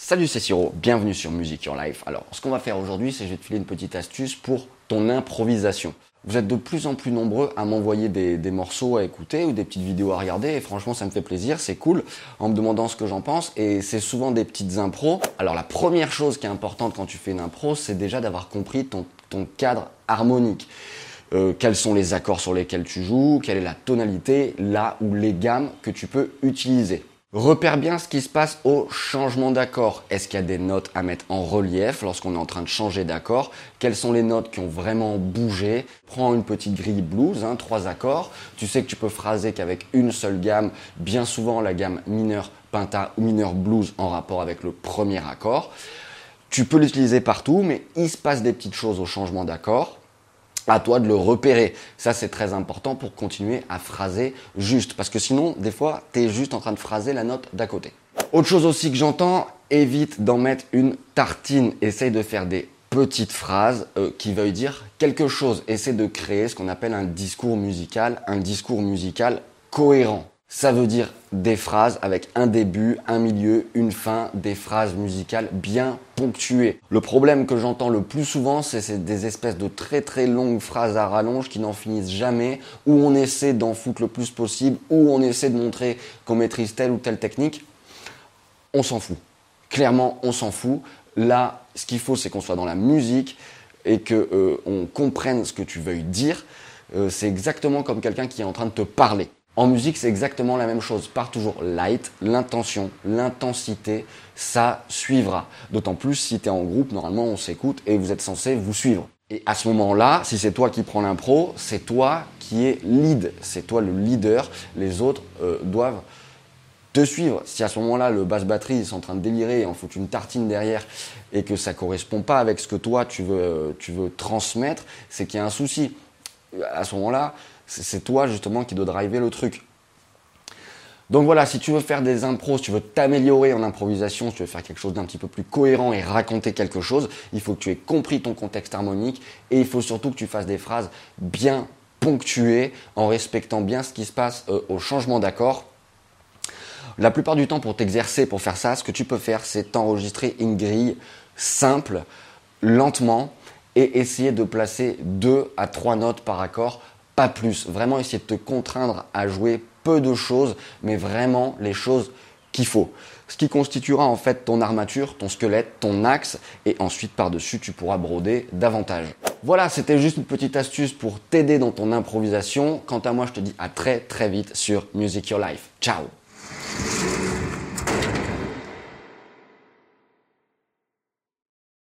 Salut, c'est Siro, bienvenue sur Music Your Life. Alors, ce qu'on va faire aujourd'hui, c'est que je vais te filer une petite astuce pour ton improvisation. Vous êtes de plus en plus nombreux à m'envoyer des morceaux à écouter ou des petites vidéos à regarder et franchement ça me fait plaisir, c'est cool, en me demandant ce que j'en pense et c'est souvent des petites impros. Alors la première chose qui est importante quand tu fais une impro, c'est déjà d'avoir compris ton cadre harmonique. Quels sont les accords sur lesquels tu joues, quelle est la tonalité, là ou les gammes que tu peux utiliser. Repère bien ce qui se passe au changement d'accord. Est-ce qu'il y a des notes à mettre en relief lorsqu'on est en train de changer d'accord? Quelles sont les notes qui ont vraiment bougé? Prends une petite grille blues, 3 accords. Tu sais que tu peux phraser qu'avec une seule gamme, bien souvent la gamme mineur penta ou mineur blues en rapport avec le premier accord. Tu peux l'utiliser partout, mais il se passe des petites choses au changement d'accord. À toi de le repérer. Ça, c'est très important pour continuer à phraser juste. Parce que sinon, des fois, tu es juste en train de phraser la note d'à côté. Autre chose aussi que j'entends, évite d'en mettre une tartine. Essaye de faire des petites phrases qui veuillent dire quelque chose. Essaye de créer ce qu'on appelle un discours musical cohérent. Ça veut dire des phrases avec un début, un milieu, une fin, des phrases musicales bien ponctuées. Le problème que j'entends le plus souvent, c'est des espèces de très très longues phrases à rallonge qui n'en finissent jamais, où on essaie d'en foutre le plus possible, où on essaie de montrer qu'on maîtrise telle ou telle technique. On s'en fout. Clairement, on s'en fout. Là, ce qu'il faut, c'est qu'on soit dans la musique et qu'on comprenne ce que tu veuilles dire. C'est exactement comme quelqu'un qui est en train de te parler. En musique, c'est exactement la même chose. Pars toujours light, l'intention, l'intensité, ça suivra. D'autant plus si tu es en groupe, normalement on s'écoute et vous êtes censé vous suivre. Et à ce moment-là, si c'est toi qui prends l'impro, c'est toi qui es lead, c'est toi le leader. Les autres doivent te suivre. Si à ce moment-là, le basse batterie ils sont en train de délirer et en fout une tartine derrière et que ça correspond pas avec ce que toi tu veux transmettre, c'est qu'il y a un souci. À ce moment-là, c'est toi justement qui dois driver le truc. Donc voilà, si tu veux faire des impros, si tu veux t'améliorer en improvisation, si tu veux faire quelque chose d'un petit peu plus cohérent et raconter quelque chose, il faut que tu aies compris ton contexte harmonique et il faut surtout que tu fasses des phrases bien ponctuées en respectant bien ce qui se passe au changement d'accord. La plupart du temps, pour t'exercer, pour faire ça, ce que tu peux faire, c'est t'enregistrer une grille simple, lentement, et essayer de placer 2 à 3 notes par accord, pas plus. Vraiment essayer de te contraindre à jouer peu de choses, mais vraiment les choses qu'il faut. Ce qui constituera en fait ton armature, ton squelette, ton axe, et ensuite par-dessus tu pourras broder davantage. Voilà, c'était juste une petite astuce pour t'aider dans ton improvisation. Quant à moi, je te dis à très très vite sur Music Your Life. Ciao!